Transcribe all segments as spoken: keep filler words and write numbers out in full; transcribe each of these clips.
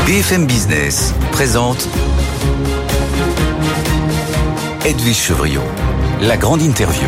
B F M Business présente Edwige Chevrillon, la grande interview.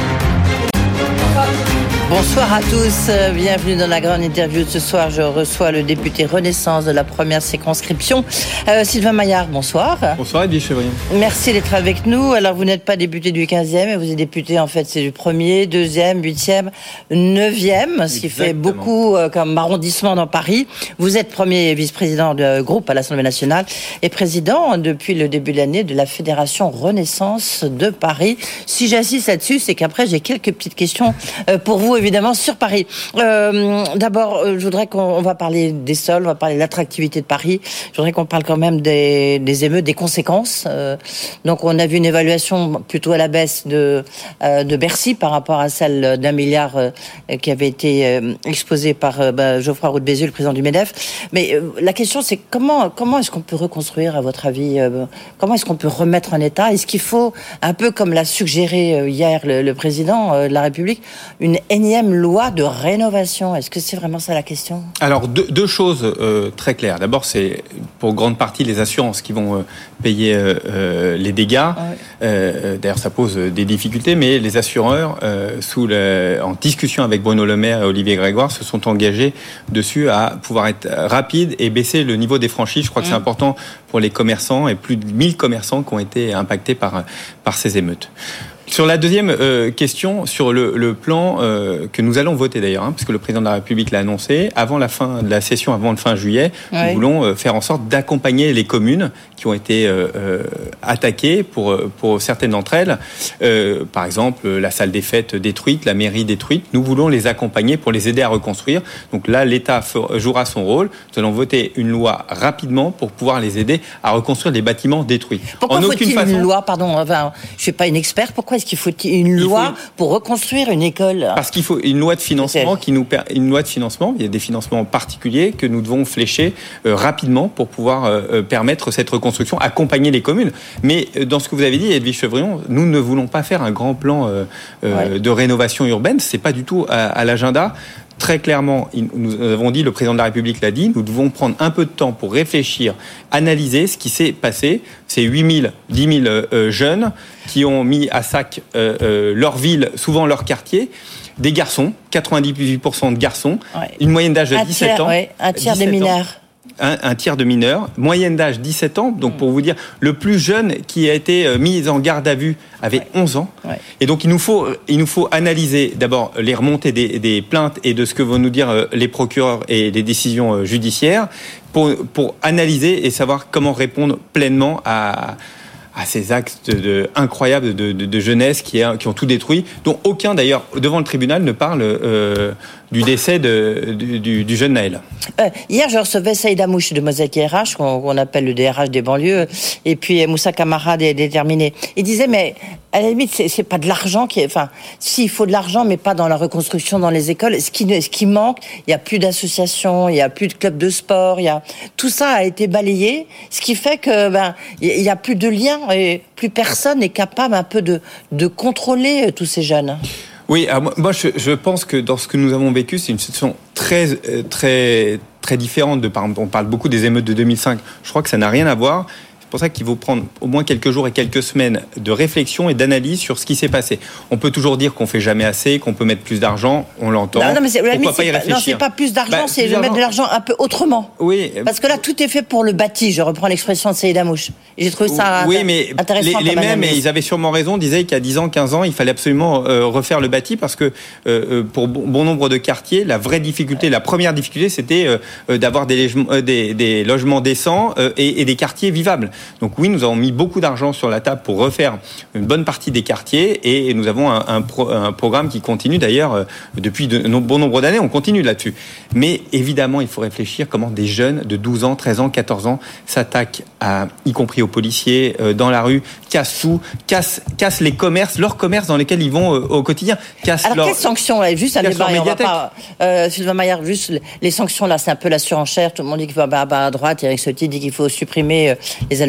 Bonsoir à tous, bienvenue dans la grande interview de ce soir. Je reçois le député Renaissance de la première circonscription, euh, Sylvain Maillard. Bonsoir. Bonsoir Edwige Chevrillon. Merci d'être avec nous. Alors vous n'êtes pas député du quinzième, mais vous êtes député en fait c'est du premier, deuxième, huitième, neuvième, ce qui Exactement. fait beaucoup euh, comme arrondissement dans Paris. Vous êtes premier vice-président de groupe à l'Assemblée nationale et président depuis le début de l'année de la Fédération Renaissance de Paris. Si j'insiste là-dessus, c'est qu'après j'ai quelques petites questions euh, pour vous évidemment sur Paris. Euh, d'abord, euh, je voudrais qu'on on va parler des sols, on va parler de l'attractivité de Paris. Je voudrais qu'on parle quand même des, des émeutes, des conséquences. Euh, donc, on a vu une évaluation plutôt à la baisse de, euh, de Bercy par rapport à celle d'un milliard euh, qui avait été euh, exposée par euh, bah, Geoffroy Roux de Bézieux, le président du MEDEF. Mais euh, la question, c'est comment, comment est-ce qu'on peut reconstruire, à votre avis, euh, comment est-ce qu'on peut remettre en état? Est-ce qu'il faut, un peu comme l'a suggéré euh, hier le, le président euh, de la République, une énième loi de rénovation? Est-ce que c'est vraiment ça la question? Alors, deux, deux choses euh, très claires. D'abord, c'est pour grande partie les assurances qui vont euh, payer euh, euh, les dégâts. Ouais. Euh, d'ailleurs, ça pose des difficultés, mais les assureurs, euh, sous le, en discussion avec Bruno Le Maire et Olivier Grégoire, se sont engagés dessus à pouvoir être rapides et baisser le niveau des franchises. Je crois mmh. que c'est important pour les commerçants et plus de mille commerçants qui ont été impactés par, par ces émeutes. Sur la deuxième euh, question, sur le, le plan euh, que nous allons voter d'ailleurs, hein, parce que le président de la République l'a annoncé, avant la fin de la session, avant le fin juillet, oui. nous voulons euh, faire en sorte d'accompagner les communes qui ont été euh, euh, attaquées pour, pour certaines d'entre elles. Euh, par exemple, la salle des fêtes détruite, la mairie détruite. Nous voulons les accompagner pour les aider à reconstruire. Donc là, l'État jouera son rôle. Nous allons voter une loi rapidement pour pouvoir les aider à reconstruire les bâtiments détruits. Pourquoi en faut-il aucune façon... une loi, pardon, enfin, je ne suis pas une experte, pourquoi est-ce qu'il faut une loi faut... pour reconstruire une école? Parce qu'il faut une loi de financement qui nous per... une loi de financement. Il y a des financements particuliers que nous devons flécher euh, rapidement pour pouvoir euh, permettre cette reconstruction, accompagner les communes. Mais euh, dans ce que vous avez dit, Edwige Chevrillon, nous ne voulons pas faire un grand plan euh, euh, ouais. de rénovation urbaine. C'est pas du tout à, à l'agenda. Très clairement, nous avons dit, le président de la République l'a dit, nous devons prendre un peu de temps pour réfléchir, analyser ce qui s'est passé. C'est huit mille, dix mille euh, jeunes qui ont mis à sac euh, euh, leur ville, souvent leur quartier. Des garçons, quatre-vingt-dix-huit pour cent de garçons, ouais. une moyenne d'âge de un dix-sept tiers, ans. Ouais, un tiers des mineurs. Un, un tiers de mineurs, moyenne d'âge dix-sept ans. Donc, pour vous dire, le plus jeune qui a été mis en garde à vue avait ouais. onze ans. Ouais. Et donc, il nous faut, il nous faut analyser d'abord les remontées des, des plaintes et de ce que vont nous dire les procureurs et les décisions judiciaires pour, pour analyser et savoir comment répondre pleinement à, à ces actes de, de, incroyables de, de, de jeunesse qui, est, qui ont tout détruit, dont aucun d'ailleurs devant le tribunal ne parle euh, du décès de, du, du jeune Naël. Euh, hier, je recevais Saïd Amouche de Mosaïque R H, qu'on, qu'on appelle le D R H des banlieues, et puis Moussa Camara des Déterminés. Il disait, mais à la limite, c'est, c'est pas de l'argent qui est... Enfin, si, il faut de l'argent, mais pas dans la reconstruction dans les écoles. Ce qui, ce qui manque, il n'y a plus d'associations, il n'y a plus de clubs de sport, il y a... Tout ça a été balayé, ce qui fait que ben il n'y a plus de lien et plus personne n'est capable un peu de, de contrôler tous ces jeunes. Oui, alors moi je, je pense que dans ce que nous avons vécu, c'est une situation très très très différente de, par exemple, on parle beaucoup des émeutes de deux mille cinq. Je crois que ça n'a rien à voir. C'est pour ça qu'il faut prendre au moins quelques jours et quelques semaines de réflexion et d'analyse sur ce qui s'est passé. On peut toujours dire qu'on fait jamais assez, qu'on peut mettre plus d'argent, on l'entend. Non, non mais c'est, Pourquoi limite, pas c'est y pas, réfléchir? Non, c'est pas plus d'argent, bah, c'est plus de mettre de l'argent un peu autrement. Oui. Parce que là, tout est fait pour le bâti. Je reprends l'expression de Saïd Amouche. J'ai trouvé ça oui, mais intéressant. Les, les mêmes, et ils avaient sûrement raison, disaient qu'il y a dix ans, quinze ans, il fallait absolument euh, refaire le bâti parce que euh, pour bon, bon nombre de quartiers, la vraie difficulté, la première difficulté, c'était euh, d'avoir des, logements, euh, des, des logements décents euh, et, et des quartiers vivables. Donc oui, nous avons mis beaucoup d'argent sur la table pour refaire une bonne partie des quartiers et nous avons un, un, pro, un programme qui continue d'ailleurs depuis de no, bon nombre d'années, on continue là-dessus. Mais évidemment, il faut réfléchir comment des jeunes de douze ans, treize ans, quatorze ans s'attaquent, à, y compris aux policiers, euh, dans la rue, cassent tout, cassent, cassent les commerces, leurs commerces dans lesquels ils vont euh, au quotidien. Cassent Alors leur, quelles sanctions là, juste à débat, on va pas, euh, Sylvain Maillard, juste les sanctions là, c'est un peu la surenchère. Tout le monde dit qu'il faut bah, bah, à droite, Éric Ciotti dit qu'il faut supprimer euh, les allocations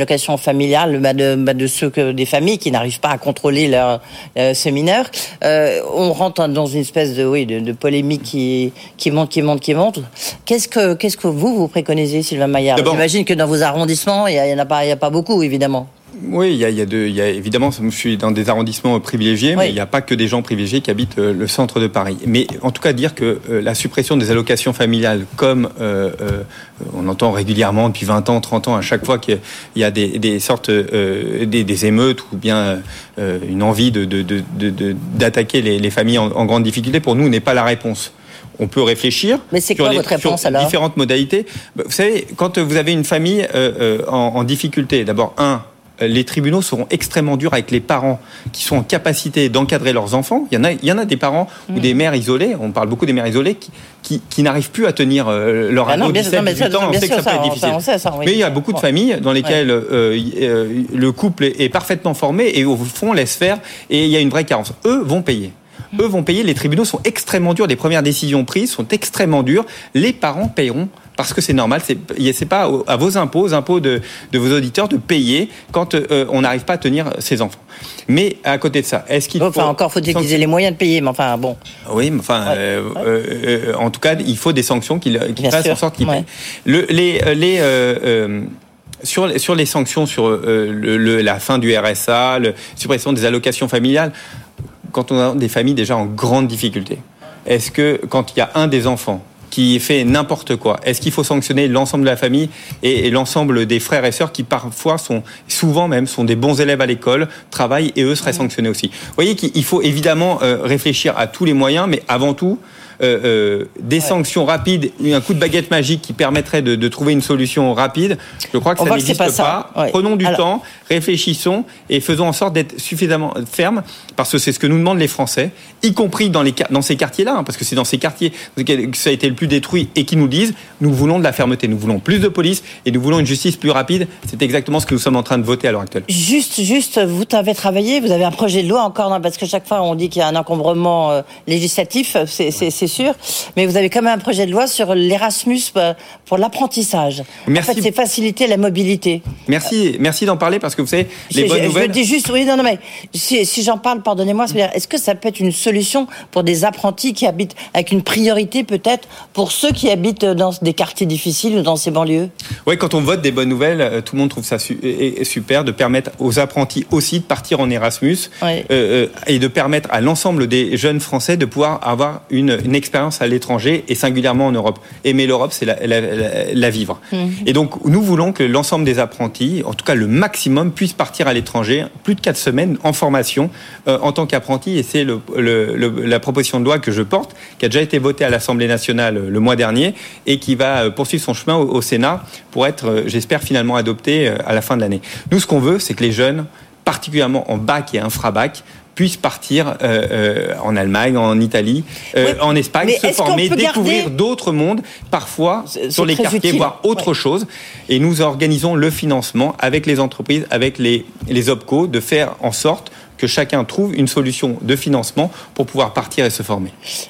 l'allocation familiale bah de, bah de ceux que, des familles qui n'arrivent pas à contrôler leur, euh, ce mineur. Euh, on rentre dans une espèce de, oui, de, de polémique qui, qui monte, qui monte, qui monte. Qu'est-ce que, qu'est-ce que vous, vous préconisez, Sylvain Maillard? J'imagine que dans vos arrondissements, il y, y en a pas, il y a pas beaucoup, évidemment. Oui, il y a, il y a de, il y a évidemment, je suis dans des arrondissements privilégiés, oui. mais il n'y a pas que des gens privilégiés qui habitent le centre de Paris. Mais en tout cas, dire que euh, la suppression des allocations familiales, comme euh, euh, on entend régulièrement depuis vingt ans, trente ans, à chaque fois qu'il y a des, des sortes, euh, des, des émeutes ou bien euh, une envie de, de, de, de, de, d'attaquer les, les familles en, en grande difficulté, pour nous, n'est pas la réponse. On peut réfléchir Mais c'est sur, quoi les, votre réponse, sur alors différentes modalités. Vous savez, quand vous avez une famille euh, euh, en, en difficulté, d'abord, un, les tribunaux seront extrêmement durs avec les parents qui sont en capacité d'encadrer leurs enfants. Il y en a, il y en a des parents mmh. ou des mères isolées, on parle beaucoup des mères isolées, qui, qui, qui n'arrivent plus à tenir euh, leur ado de dix-sept, dix-huit ans. On sait que ça, ça peut être difficile. Ça, ça, oui. Mais il y a beaucoup de familles dans lesquelles ouais. euh, euh, le couple est parfaitement formé et au fond laisse faire et il y a une vraie carence. Eux vont payer. Eux vont payer, les tribunaux sont extrêmement durs, les premières décisions prises sont extrêmement dures, les parents paieront parce que c'est normal, c'est, c'est pas à vos impôts, aux impôts de, de vos auditeurs de payer quand euh, on n'arrive pas à tenir ses enfants. Mais à côté de ça, est-ce qu'il enfin, faut... encore faut-il qu'ils aient les moyens de payer, mais enfin bon. Oui, mais enfin, ouais. euh, ouais. Euh, en tout cas, il faut des sanctions qui, qui fassent en sorte qu'ils ouais. payent. Le, les... les euh, euh, Sur, sur les sanctions, sur euh, le, le, la fin du R S A, la suppression des allocations familiales, quand on a des familles déjà en grande difficulté, est-ce que quand il y a un des enfants qui fait n'importe quoi, est-ce qu'il faut sanctionner l'ensemble de la famille et, et l'ensemble des frères et sœurs qui parfois sont, souvent même, sont des bons élèves à l'école, travaillent et eux seraient sanctionnés aussi? Vous voyez qu'il faut évidemment euh, réfléchir à tous les moyens, mais avant tout, Euh, euh, des ouais. sanctions rapides, un coup de baguette magique qui permettrait de, de trouver une solution rapide, je crois que On ça n'existe pas. pas. Ouais. Prenons du Alors... temps, réfléchissons et faisons en sorte d'être suffisamment fermes, parce que c'est ce que nous demandent les Français, y compris dans, les, dans ces quartiers-là, hein, parce que c'est dans ces quartiers que ça a été le plus détruit et qui nous disent, nous voulons de la fermeté, nous voulons plus de police et nous voulons une justice plus rapide. C'est exactement ce que nous sommes en train de voter à l'heure actuelle. Juste, juste, vous avez travaillé, vous avez un projet de loi encore, non, parce que chaque fois on dit qu'il y a un encombrement euh, législatif, c'est, c'est, c'est sûr, mais vous avez quand même un projet de loi sur l'Erasmus pour l'apprentissage. Merci. En fait, c'est faciliter la mobilité. Merci, merci d'en parler, parce que vous savez, les je, bonnes je, nouvelles... Je dis juste, oui, non, non, mais si, si j'en parle, pardonnez-moi, c'est-à-dire, est-ce que ça peut être une solution pour des apprentis qui habitent, avec une priorité peut-être, pour ceux qui habitent dans des quartiers difficiles ou dans ces banlieues? Oui, quand on vote des bonnes nouvelles, tout le monde trouve ça su- super de permettre aux apprentis aussi de partir en Erasmus oui. euh, et de permettre à l'ensemble des jeunes Français de pouvoir avoir une, une expérience à l'étranger et singulièrement en Europe. Aimer l'Europe, c'est la, la, la, la vivre. Mmh. Et donc, nous voulons que l'ensemble des apprentis, en tout cas le maximum, puissent partir à l'étranger, plus de quatre semaines en formation euh, en tant qu'apprenti. Et c'est le, le, le, la proposition de loi que je porte, qui a déjà été votée à l'Assemblée nationale le mois dernier et qui va poursuivre son chemin au, au Sénat pour être, j'espère, finalement adoptée à la fin de l'année. Nous, ce qu'on veut, c'est que les jeunes, particulièrement en bac et infra-bac, puissent partir euh, euh, en Allemagne, en Italie, euh, oui, en Espagne, se former, découvrir garder... d'autres mondes, parfois c'est, sur c'est les quartiers, utile. Voir autre ouais. chose. Et nous organisons le financement avec les entreprises, avec les, les OPCO, de faire en sorte que chacun trouve une solution de financement pour pouvoir partir et se former.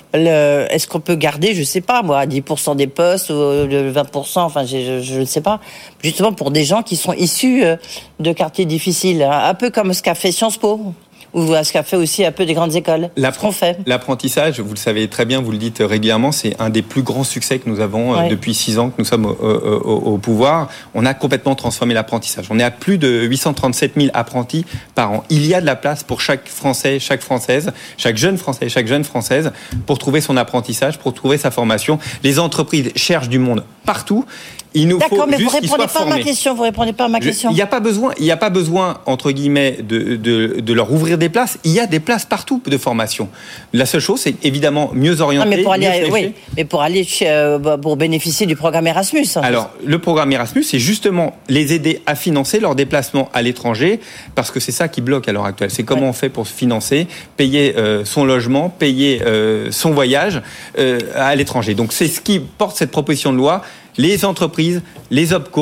Le, est-ce qu'on peut garder, je ne sais pas, moi, dix pour cent des postes, ou vingt pour cent, enfin, je, je ne sais pas, justement pour des gens qui sont issus de quartiers difficiles, un peu comme ce qu'a fait Sciences Po, ou ce qu'a fait aussi un peu des grandes écoles. Ce qu'on fait. L'apprentissage, vous le savez très bien, vous le dites régulièrement, c'est un des plus grands succès que nous avons ouais. depuis six ans que nous sommes au, au, au pouvoir. On a complètement transformé l'apprentissage. On est à plus de huit cent trente-sept mille apprentis par an. Il y a de la place pour chaque Français, chaque Française, chaque jeune Français, chaque jeune Française pour trouver son apprentissage, pour trouver sa formation. Les entreprises cherchent du monde partout. Il nous D'accord, faut mais juste vous répondez pas à ma question. Vous répondez pas à ma question. Il n'y a pas besoin. Il n'y a pas besoin entre guillemets de, de de leur ouvrir des places. Il y a des places partout de formation. La seule chose, c'est évidemment mieux orienter. Non, mais pour aller, mieux oui, mais pour aller chez, pour bénéficier du programme Erasmus. Alors, le programme Erasmus, c'est justement les aider à financer leur déplacement à l'étranger, parce que c'est ça qui bloque à l'heure actuelle. C'est comment ouais. on fait pour se financer, payer euh, son logement, payer euh, son voyage euh, à l'étranger. Donc, c'est ce qui porte cette proposition de loi. Les entreprises, les OPCO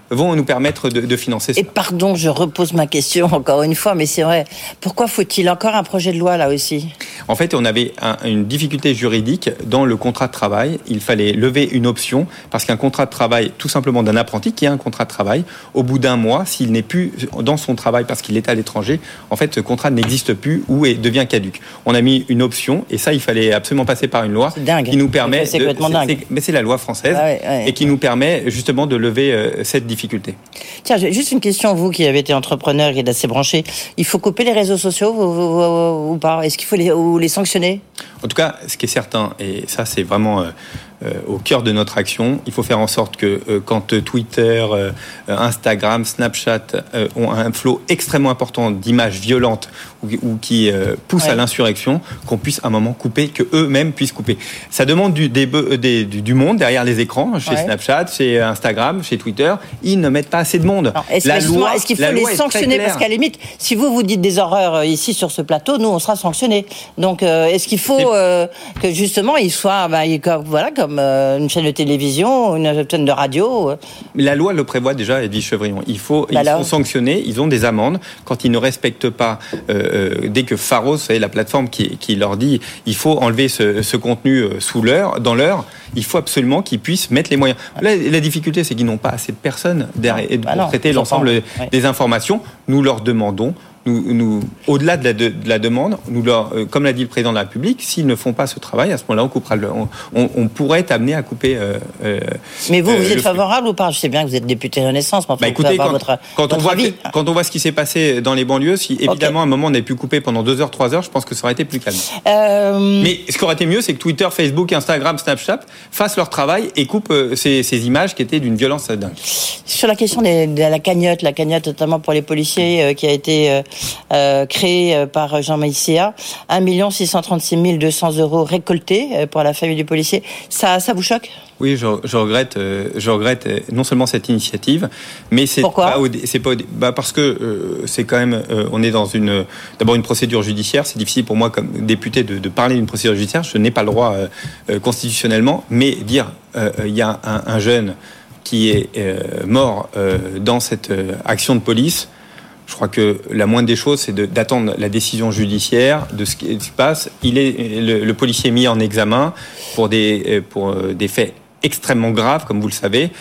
vont nous permettre de, de financer ça. Et pardon, je repose ma question encore une fois, mais c'est vrai. Pourquoi faut-il encore un projet de loi là aussi ? En fait, on avait un, une difficulté juridique dans le contrat de travail. Il fallait lever une option parce qu'un contrat de travail, tout simplement d'un apprenti qui a un contrat de travail, au bout d'un mois, s'il n'est plus dans son travail parce qu'il est à l'étranger, en fait, ce contrat n'existe plus ou est, devient caduc. On a mis une option et ça, il fallait absolument passer par une loi qui nous permet. C'est de, complètement c'est, dingue. C'est, mais c'est la loi française ah ouais, ouais. et qui nous permet justement de lever euh, cette difficulté. Tiens, j'ai juste une question, vous qui avez été entrepreneur et assez branché. Il faut couper les réseaux sociaux ou, ou, ou pas ? Est-ce qu'il faut les, ou les sanctionner ? En tout cas, ce qui est certain, et ça c'est vraiment euh, euh, au cœur de notre action, il faut faire en sorte que euh, quand euh, Twitter, euh, Instagram, Snapchat euh, ont un flot extrêmement important d'images violentes ou, ou qui euh, poussent ouais. à l'insurrection, qu'on puisse à un moment couper, que eux-mêmes puissent couper. Ça demande du, des, des, du, du monde derrière les écrans, chez ouais. Snapchat, chez Instagram, chez Twitter. Ils ne mettent pas assez de monde. Non, est-ce, la loi, est-ce qu'il faut les sanctionner ? Parce qu'à la limite, si vous vous dites des horreurs ici sur ce plateau, nous on sera sanctionnés. Donc euh, est-ce qu'il faut euh, que justement ils soient, bah, comme, voilà, comme euh, une chaîne de télévision, une chaîne de radio. Euh. Mais la loi le prévoit déjà, Edwige Chevrillon. Il faut, bah ils alors. sont sanctionnés, ils ont des amendes quand ils ne respectent pas. Euh, dès que Pharos, vous savez, la plateforme qui, qui leur dit, il faut enlever ce, ce contenu sous l'heure, dans l'heure, il faut absolument qu'ils puissent mettre les moyens. La, la difficulté, c'est qu'ils n'ont pas assez de personnes derrière non, bah pour non, traiter l'ensemble ouais. des informations. Nous leur demandons. Nous, nous, au-delà de la, de, de la demande, nous leur, euh, comme l'a dit le président de la République, s'ils ne font pas ce travail, à ce moment-là, on coupera. Le, on, on, on pourrait être amené à couper. Euh, euh, mais vous, euh, vous êtes favorable ou pas ? Je sais bien que vous êtes député Renaissance, mais enfin, bah, écoutez, quand, votre, quand, votre on voit avis. que, quand on voit ce qui s'est passé dans les banlieues, si évidemment okay. à un moment on avait pu couper pendant deux heures, trois heures, je pense que ça aurait été plus calme. Euh... Mais ce qui aurait été mieux, c'est que Twitter, Facebook, Instagram, Snapchat fassent leur travail et coupent euh, ces, ces images qui étaient d'une violence dingue. Sur la question des, de la cagnotte, la cagnotte notamment pour les policiers, euh, qui a été euh, euh, créé par Jean Maïsia, un million six cent trente-six mille deux cents euros récoltés pour la famille du policier. Ça, ça vous choque ? Oui, je, je regrette, euh, je regrette non seulement cette initiative, mais c'est Pourquoi pas, au, c'est pas, au, bah parce que euh, c'est quand même, euh, on est dans une, d'abord une procédure judiciaire. C'est difficile pour moi comme député de, de parler d'une procédure judiciaire. Je n'ai pas le droit euh, euh, constitutionnellement, mais dire, il euh, y a un, un jeune qui est euh, mort euh, dans cette euh, action de police. Je crois que la moindre des choses, c'est de, d'attendre la décision judiciaire de ce qui se passe. Il est, le, le policier est mis en examen pour des, pour des faits extrêmement graves, comme vous le savez.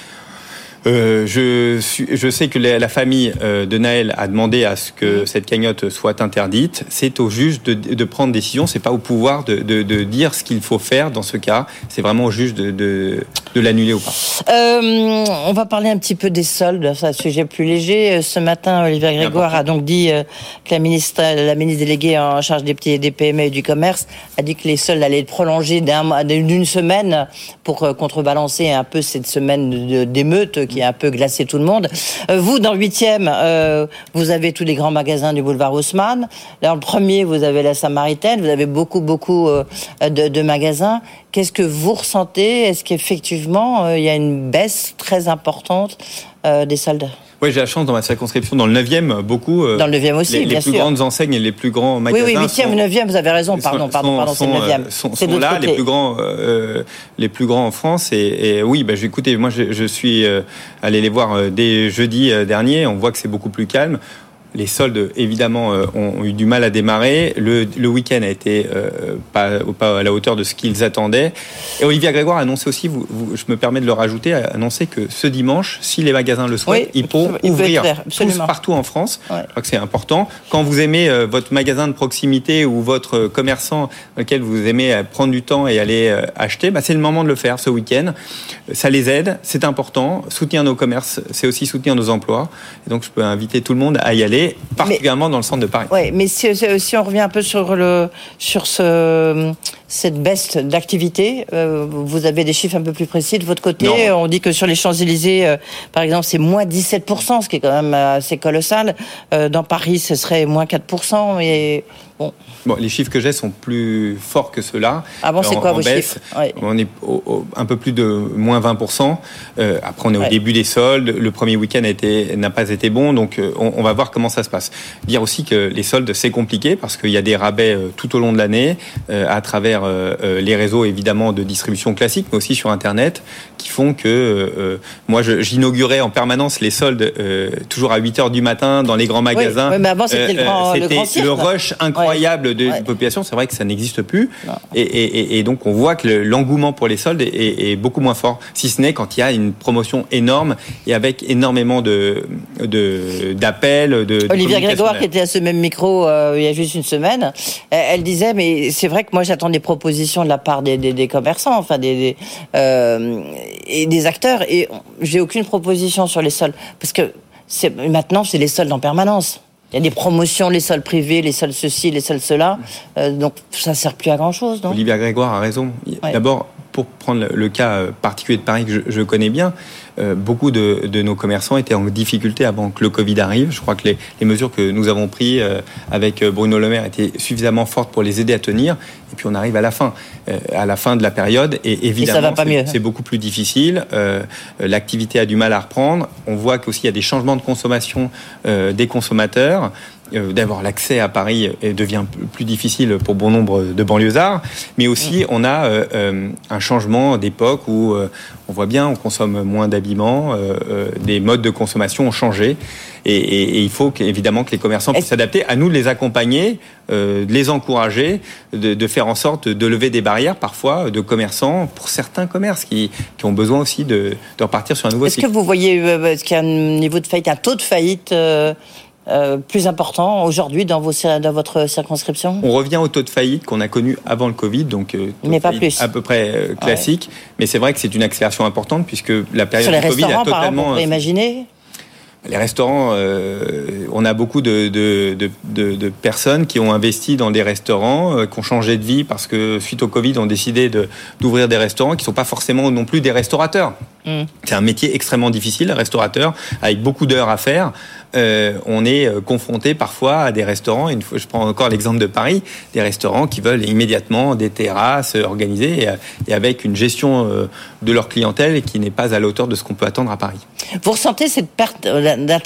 Euh, je, suis, je sais que la, la famille euh, de Naël a demandé à ce que cette cagnotte soit interdite. C'est au juge de, de prendre décision. C'est pas au pouvoir de, de, de dire ce qu'il faut faire dans ce cas. C'est vraiment au juge de, de, de l'annuler ou pas. Euh, on va parler un petit peu des soldes. C'est un sujet plus léger. Ce matin, Olivia Grégoire a donc dit euh, que la ministre, la ministre déléguée en charge des petits des P M E et du commerce a dit que les soldes allaient être prolongés d'un, d'une semaine pour euh, contrebalancer un peu cette semaine d'émeutes qui a un peu glacé tout le monde. Euh, vous, dans le huitième, euh, vous avez tous les grands magasins du boulevard Haussmann. Dans le premier, vous avez la Samaritaine. Vous avez beaucoup, beaucoup euh, de, de magasins. Qu'est-ce que vous ressentez ? Est-ce qu'effectivement, euh, il y a une baisse très importante euh, des soldes ? Oui, j'ai la chance dans ma circonscription, dans le neuvième, beaucoup. Dans le neuvième aussi, les, bien les plus sûr. grandes enseignes et les plus grands magasins. Oui, oui, huitième, neuvième, vous avez raison, pardon, sont, pardon, pardon, sont, c'est le neuvième. Sont, c'est sont là, côté. les plus grands, euh, les plus grands en France. Et, et oui, bah, écoutez, moi, je, je suis euh, allé les voir euh, dès jeudi euh, dernier. On voit que c'est beaucoup plus calme. Les soldes, évidemment, euh, ont eu du mal à démarrer. Le, le week-end a été euh, pas, pas à la hauteur de ce qu'ils attendaient. Et Olivia Grégoire a annoncé aussi, vous, vous, je me permets de le rajouter, a annoncé que ce dimanche, si les magasins le souhaitent, oui, ils pourront il ouvrir tous partout en France. Ouais. Je crois que c'est important. Quand vous aimez euh, votre magasin de proximité ou votre commerçant dans lequel vous aimez euh, prendre du temps et aller euh, acheter, bah, c'est le moment de le faire ce week-end. Ça les aide, c'est important. Soutenir nos commerces, c'est aussi soutenir nos emplois. Et donc, je peux inviter tout le monde à y aller. Particulièrement mais, dans le centre de Paris. Oui, mais si, si on revient un peu sur, le, sur ce, cette baisse d'activité, euh, vous avez des chiffres un peu plus précis de votre côté. Non. On dit que sur les Champs-Élysées, euh, par exemple, c'est moins dix-sept pour cent, ce qui est quand même assez colossal. Euh, dans Paris, ce serait moins quatre pour cent. Et bon. Bon, les chiffres que j'ai sont plus forts que ceux-là. Ah bon, c'est en, quoi en vos baisse. chiffres oui. On est au, au, un peu plus de moins vingt pour cent. Euh, après, on est au ouais. début des soldes. Le premier week-end a été, n'a pas été bon, donc on, on va voir comment ça se passe. Dire aussi que les soldes, c'est compliqué parce qu'il y a des rabais euh, tout au long de l'année euh, à travers travers euh, les réseaux évidemment de distribution classique, mais aussi sur Internet, qui font que euh, moi je, j'inaugurais en permanence les soldes euh, toujours à huit heures du matin dans les grands magasins. Oui, oui, mais avant c'était, euh, le, grand, c'était le grand cirque. Le rush incroyable ouais. de ouais. population. C'est vrai que ça n'existe plus. Et, et, et donc on voit que le, l'engouement pour les soldes est, est beaucoup moins fort, si ce n'est quand il y a une promotion énorme et avec énormément de, de d'appels. De, Olivia Grégoire qui était à ce même micro euh, il y a juste une semaine, elle disait mais c'est vrai que moi j'attends des propositions de la part des, des, des commerçants, enfin des, des euh, et des acteurs, et j'ai aucune proposition sur les soldes parce que c'est, maintenant c'est les soldes en permanence. Il y a des promotions, les soldes privés, les soldes ceci, les soldes cela, euh, donc ça sert plus à grand chose, non ? Olivia Grégoire a raison. Ouais. D'abord, pour prendre le cas particulier de Paris que je, je connais bien, euh, beaucoup de, de nos commerçants étaient en difficulté avant que le Covid arrive. Je crois que les, les mesures que nous avons prises euh, avec Bruno Le Maire étaient suffisamment fortes pour les aider à tenir. Et puis on arrive à la fin, euh, à la fin de la période, et évidemment et ça va pas c'est, mieux. c'est beaucoup plus difficile. Euh, l'activité a du mal à reprendre. On voit qu'aussi il y a des changements de consommation euh, des consommateurs. Euh, d'avoir l'accès à Paris devient plus difficile pour bon nombre de banlieusards, mais aussi on a euh, euh, un changement d'époque où euh, on voit bien on consomme moins d'habillement, euh, euh, des modes de consommation ont changé, et, et, et il faut évidemment que les commerçants puissent s'adapter, à nous de les accompagner, euh, de les encourager, de, de faire en sorte de lever des barrières parfois de commerçants, pour certains commerces qui, qui ont besoin aussi de, de repartir sur un nouveau Est-ce cycle. que vous voyez, euh, est-ce qu'il y a un niveau de faillite, un taux de faillite euh... Euh, plus important aujourd'hui dans, vos, dans votre circonscription ? On revient au taux de faillite qu'on a connu avant le Covid, donc euh, mais pas plus. À peu près euh, classique. Ouais. Mais c'est vrai que c'est une accélération importante puisque la période du Covid a totalement. Par exemple, on peut imaginer. Les restaurants, euh, on a beaucoup de, de, de, de, de personnes qui ont investi dans des restaurants, euh, qui ont changé de vie parce que suite au Covid, ont décidé de, d'ouvrir des restaurants qui ne sont pas forcément non plus des restaurateurs. Mmh. C'est un métier extrêmement difficile, restaurateur, avec beaucoup d'heures à faire. Euh, on est confronté parfois à des restaurants, une fois, je prends encore l'exemple de Paris, des restaurants qui veulent immédiatement des terrasses organisées et, et avec une gestion euh, de leur clientèle qui n'est pas à la hauteur de ce qu'on peut attendre à Paris. Vous ressentez cette perte d'attractivité ?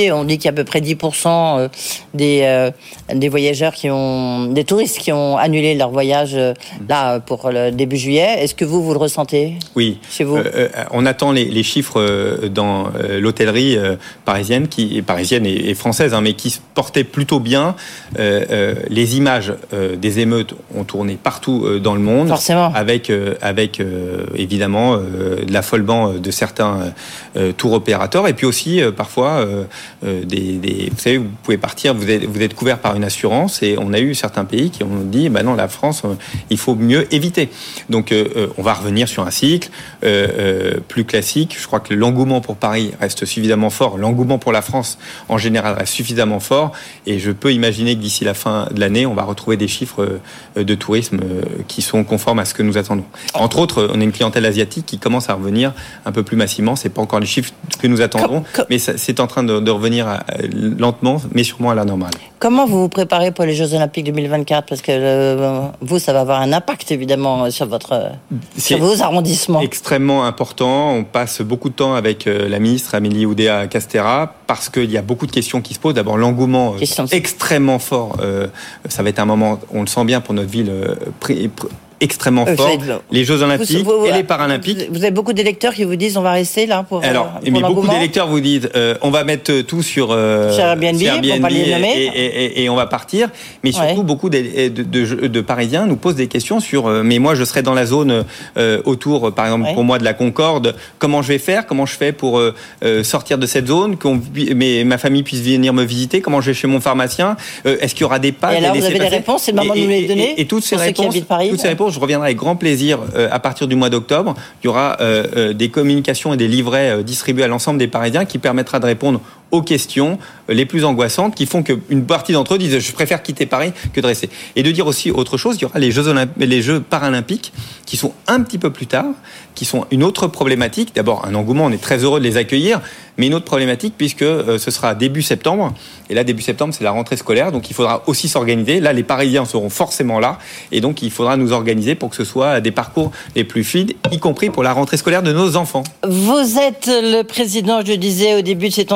On dit qu'il y a à peu près dix pour cent des, euh, des voyageurs qui ont, des touristes qui ont annulé leur voyage euh, là pour le début juillet. Est-ce que vous, vous le ressentez ? Oui. Chez vous ? euh, On attend les, les chiffres dans euh, l'hôtellerie euh, parisienne, qui est parisienne et, et française, hein, mais qui se portait plutôt bien. Euh, euh, les images euh, des émeutes ont tourné partout euh, dans le monde. Forcément. Avec, euh, avec euh, évidemment euh, de l'affolement de certains euh, tour opérateurs, et puis aussi euh, parfois euh, euh, des, des, vous savez, vous pouvez partir, vous êtes, vous êtes couvert par une assurance, et on a eu certains pays qui ont dit, bah non, la France, euh, il faut mieux éviter. Donc euh, on va revenir sur un cycle euh, euh, plus classique. Je crois que l'engouement pour Paris reste suffisamment fort, l'engouement pour la France en général reste suffisamment fort, et je peux imaginer que d'ici la fin de l'année, on va retrouver des chiffres euh, de tourisme euh, qui sont conformes à ce que nous attendons. Entre autres, on a une clientèle asiatique qui commence à revenir un peu plus massivement. C'est pas encore les chiffres que nous attendons, comme, comme... mais ça, c'est en train de, de revenir à, lentement, mais sûrement à la normale. Comment vous vous préparez pour les Jeux Olympiques deux mille vingt-quatre ? Parce que euh, vous, ça va avoir un impact évidemment sur votre, sur vos arrondissements. Extrêmement important. On passe beaucoup de temps avec euh, la ministre Amélie Oudéa-Castéra parce qu'il y a beaucoup de questions qui se posent. D'abord, l'engouement euh, extrêmement fort. Euh, ça va être un moment, on le sent bien pour notre ville. Euh, pré, pré, extrêmement fort, êtes... les Jeux Olympiques vous, vous, et les Paralympiques. Vous avez beaucoup d'électeurs qui vous disent on va rester là pour Alors, pour mais beaucoup d'électeurs vous disent euh, on va mettre tout sur, euh, sur Airbnb, sur Airbnb pas les nommer. Et, et, et, et on va partir. Mais surtout, ouais. beaucoup de, de, de, de Parisiens nous posent des questions sur euh, mais moi je serai dans la zone euh, autour, par exemple ouais. pour moi de la Concorde. Comment je vais faire ? Comment je fais pour euh, sortir de cette zone ? Qu'on mais ma famille puisse venir me visiter ? Comment je vais chez mon pharmacien ? euh, Est-ce qu'il y aura des pas ? Et alors vous avez des réponses ? C'est le moment de nous les donner. Et, et toutes ces réponses, Paris, toutes ces réponses, je reviendrai avec grand plaisir euh, à partir du mois d'octobre. Il y aura euh, euh, des communications et des livrets euh, distribués à l'ensemble des Parisiens qui permettra de répondre aux questions les plus angoissantes qui font qu'une partie d'entre eux disent je préfère quitter Paris que de rester. Et de dire aussi autre chose, il y aura les Jeux, Olymp- les Jeux Paralympiques qui sont un petit peu plus tard, qui sont une autre problématique. D'abord, un engouement, on est très heureux de les accueillir, mais une autre problématique puisque euh, ce sera début septembre. Et là, début septembre, c'est la rentrée scolaire, donc il faudra aussi s'organiser. Là, les Parisiens seront forcément là, et donc il faudra nous organiser pour que ce soit des parcours les plus fluides, y compris pour la rentrée scolaire de nos enfants. Vous êtes le président, je le disais au début de cet entretien,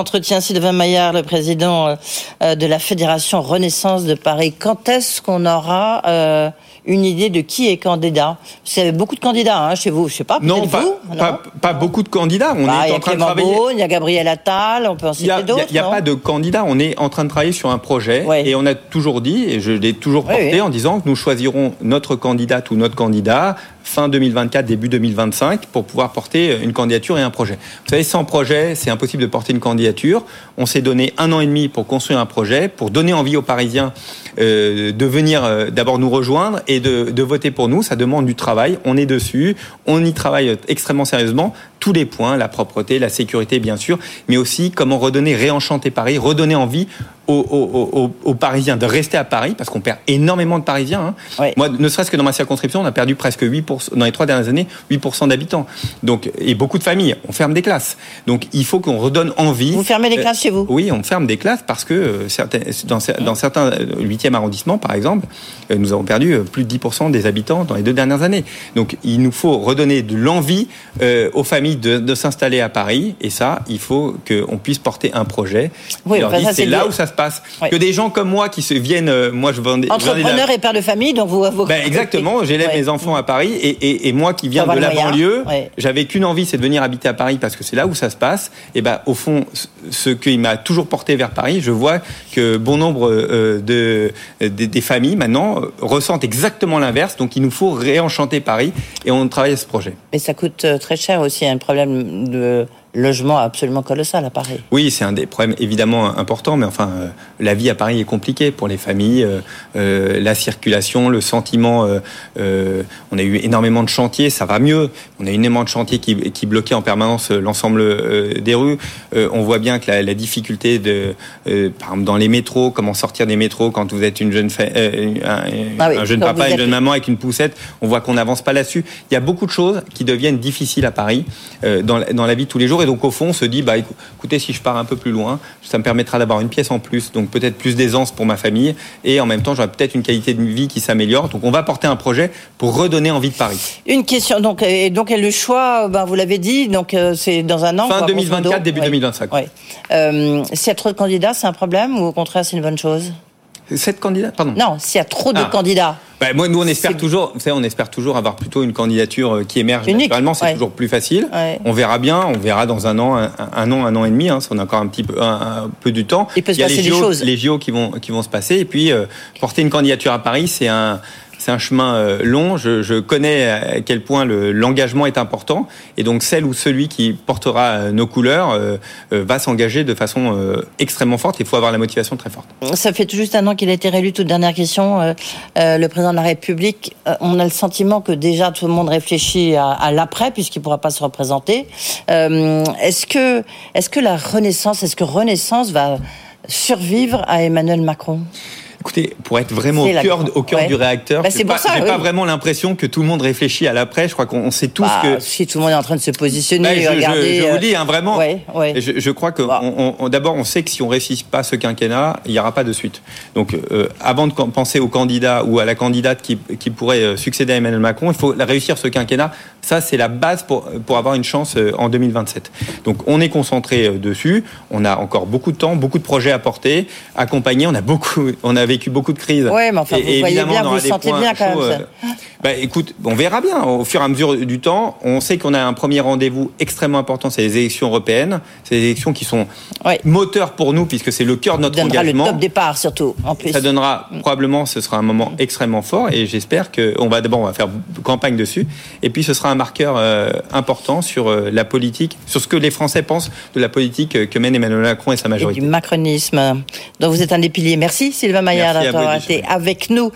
Sylvain Maillard, le président euh, de la Fédération Renaissance de Paris. Quand est-ce qu'on aura euh, une idée de qui est candidat? Vous avez beaucoup de candidats hein, chez vous, je sais pas. Non, pas, vous, pas, non pas beaucoup de candidats. On bah, est en train de travailler. Il y a Gabriel Attal, on peut en citer d'autres. Il n'y a, a pas de candidats. On est en train de travailler sur un projet ouais. et on a toujours dit, et je l'ai toujours porté oui, oui. en disant que nous choisirons notre candidate ou notre candidat fin deux mille vingt-quatre, début deux mille vingt-cinq, pour pouvoir porter une candidature et un projet. Vous savez, sans projet, c'est impossible de porter une candidature. On s'est donné un an et demi pour construire un projet, pour donner envie aux Parisiens euh, de venir euh, d'abord nous rejoindre et de, de voter pour nous. Ça demande du travail. On est dessus. On y travaille extrêmement sérieusement. Tous les points, la propreté, la sécurité, bien sûr, mais aussi comment redonner, réenchanter Paris, redonner envie aux, aux, aux, aux Parisiens de rester à Paris, parce qu'on perd énormément de Parisiens. Hein. Oui. Moi, ne serait-ce que dans ma circonscription, on a perdu presque huit pour cent, dans les trois dernières années, huit pour cent d'habitants. Donc, et beaucoup de familles. On ferme des classes. Donc, il faut qu'on redonne envie. Vous fermez des classes euh, chez vous? Oui, on ferme des classes parce que euh, certains, dans, dans certains huitième arrondissements, par exemple, euh, nous avons perdu euh, plus de dix pour cent des habitants dans les deux dernières années. Donc, il nous faut redonner de l'envie euh, aux familles de, de s'installer à Paris. Et ça, il faut qu'on puisse porter un projet. Oui, leur enfin, dit, ça, c'est, c'est là où ça se passe. Oui. Que des gens comme moi qui se viennent, euh, moi je vendais... Entrepreneur et père de famille, donc vous... vous... Ben, exactement, j'élève ouais. mes enfants à Paris et, et, et moi qui viens de la banlieue, ouais. j'avais qu'une envie, c'est de venir habiter à Paris parce que c'est là où ça se passe. Et ben, au fond, ce qui m'a toujours porté vers Paris, je vois que bon nombre euh, de, de, des familles maintenant ressentent exactement l'inverse. Donc il nous faut réenchanter Paris et on travaille à ce projet. Mais ça coûte très cher aussi, un problème de... logement absolument colossal à Paris. Oui, c'est un des problèmes évidemment importants, mais enfin, euh, la vie à Paris est compliquée pour les familles, euh, euh, la circulation, le sentiment, euh, euh, on a eu énormément de chantiers, ça va mieux, on a eu énormément de chantiers qui, qui bloquaient en permanence l'ensemble euh, des rues, euh, on voit bien que la, la difficulté de, euh, par exemple dans les métros, comment sortir des métros quand vous êtes une jeune fa- euh, un, ah oui, un jeune papa, une jeune maman avec une poussette, on voit qu'on n'avance pas là-dessus. Il y a beaucoup de choses qui deviennent difficiles à Paris, euh, dans, dans la vie de tous les jours. Et donc, au fond, on se dit, bah, écoutez, si je pars un peu plus loin, ça me permettra d'avoir une pièce en plus, donc peut-être plus d'aisance pour ma famille, et en même temps, j'aurai peut-être une qualité de vie qui s'améliore. Donc, on va porter un projet pour redonner envie de Paris. Une question, donc, et donc le choix, ben, vous l'avez dit, donc c'est dans un an. Fin quoi, deux mille vingt-quatre, début ouais. deux mille vingt-cinq. Ouais. Euh, s'il y a trop de candidats, c'est un problème ou au contraire, c'est une bonne chose? Sept candidats, pardon. Non, s'il y a trop de ah. candidats. Bah, moi, nous, on espère c'est... toujours, vous savez, on espère toujours avoir plutôt une candidature qui émerge unique. Naturellement. C'est ouais. toujours plus facile. Ouais. On verra bien, on verra dans un an, un, un an, un an et demi. Hein, on a encore un petit peu, un, un peu du temps. Il peut se Il y a passer les J O, des choses. Les J O qui vont, qui vont se passer. Et puis, euh, porter une candidature à Paris, c'est un. C'est un chemin euh, long. Je, je connais à quel point le, l'engagement est important. Et donc, celle ou celui qui portera euh, nos couleurs euh, euh, va s'engager de façon euh, extrêmement forte. Il faut avoir la motivation très forte. Ça fait tout juste un an qu'il a été réélu. Toute dernière question. Euh, euh, le président de la République, euh, on a le sentiment que déjà tout le monde réfléchit à, à l'après, puisqu'il ne pourra pas se représenter. Euh, est-ce que, est-ce que la Renaissance, est-ce que Renaissance va survivre à Emmanuel Macron ? Écoutez, pour être vraiment au cœur, au cœur ouais. du réacteur, bah, j'ai pas, ça, j'ai oui. pas vraiment l'impression que tout le monde réfléchit à l'après. Je crois qu'on sait tous bah, que... Si tout le monde est en train de se positionner, bah, je, regardez... Je, je vous dis, hein, vraiment, ouais, ouais. Je, je crois que bah. on, on, d'abord, on sait que si on ne réussit pas ce quinquennat, il n'y aura pas de suite. Donc, euh, avant de penser au candidat ou à la candidate qui, qui pourrait succéder à Emmanuel Macron, il faut réussir ce quinquennat. Ça, c'est la base pour, pour avoir une chance en deux mille vingt-sept. Donc, on est concentré dessus. On a encore beaucoup de temps, beaucoup de projets à porter, accompagner. On a, beaucoup, on a vécu beaucoup de crises. Oui, mais enfin, vous et, voyez bien, vous le sentez bien quand même. Euh, bah, écoute, on verra bien. Au fur et à mesure du temps, on sait qu'on a un premier rendez-vous extrêmement important, c'est les élections européennes. C'est des élections qui sont oui. moteurs pour nous, puisque c'est le cœur de notre ça donnera engagement. Le top départ, surtout, en plus. Ça donnera, probablement, ce sera un moment extrêmement fort, et j'espère qu'on va d'abord, on va faire campagne dessus, et puis ce sera un marqueur euh, important sur euh, la politique, sur ce que les Français pensent de la politique que mène Emmanuel Macron et sa majorité. Et du macronisme, dont vous êtes un des piliers. Merci Sylvain Maillard d'avoir été avec nous.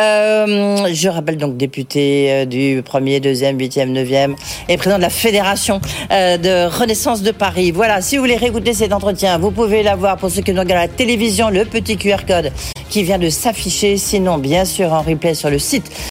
Euh, je rappelle donc député du premier, deuxième, huitième, neuvième et président de la Fédération euh, de Renaissance de Paris. Voilà, si vous voulez réécouter cet entretien, vous pouvez l'avoir pour ceux qui nous regardent à la télévision, le petit Q R code qui vient de s'afficher. Sinon, bien sûr, en replay sur le site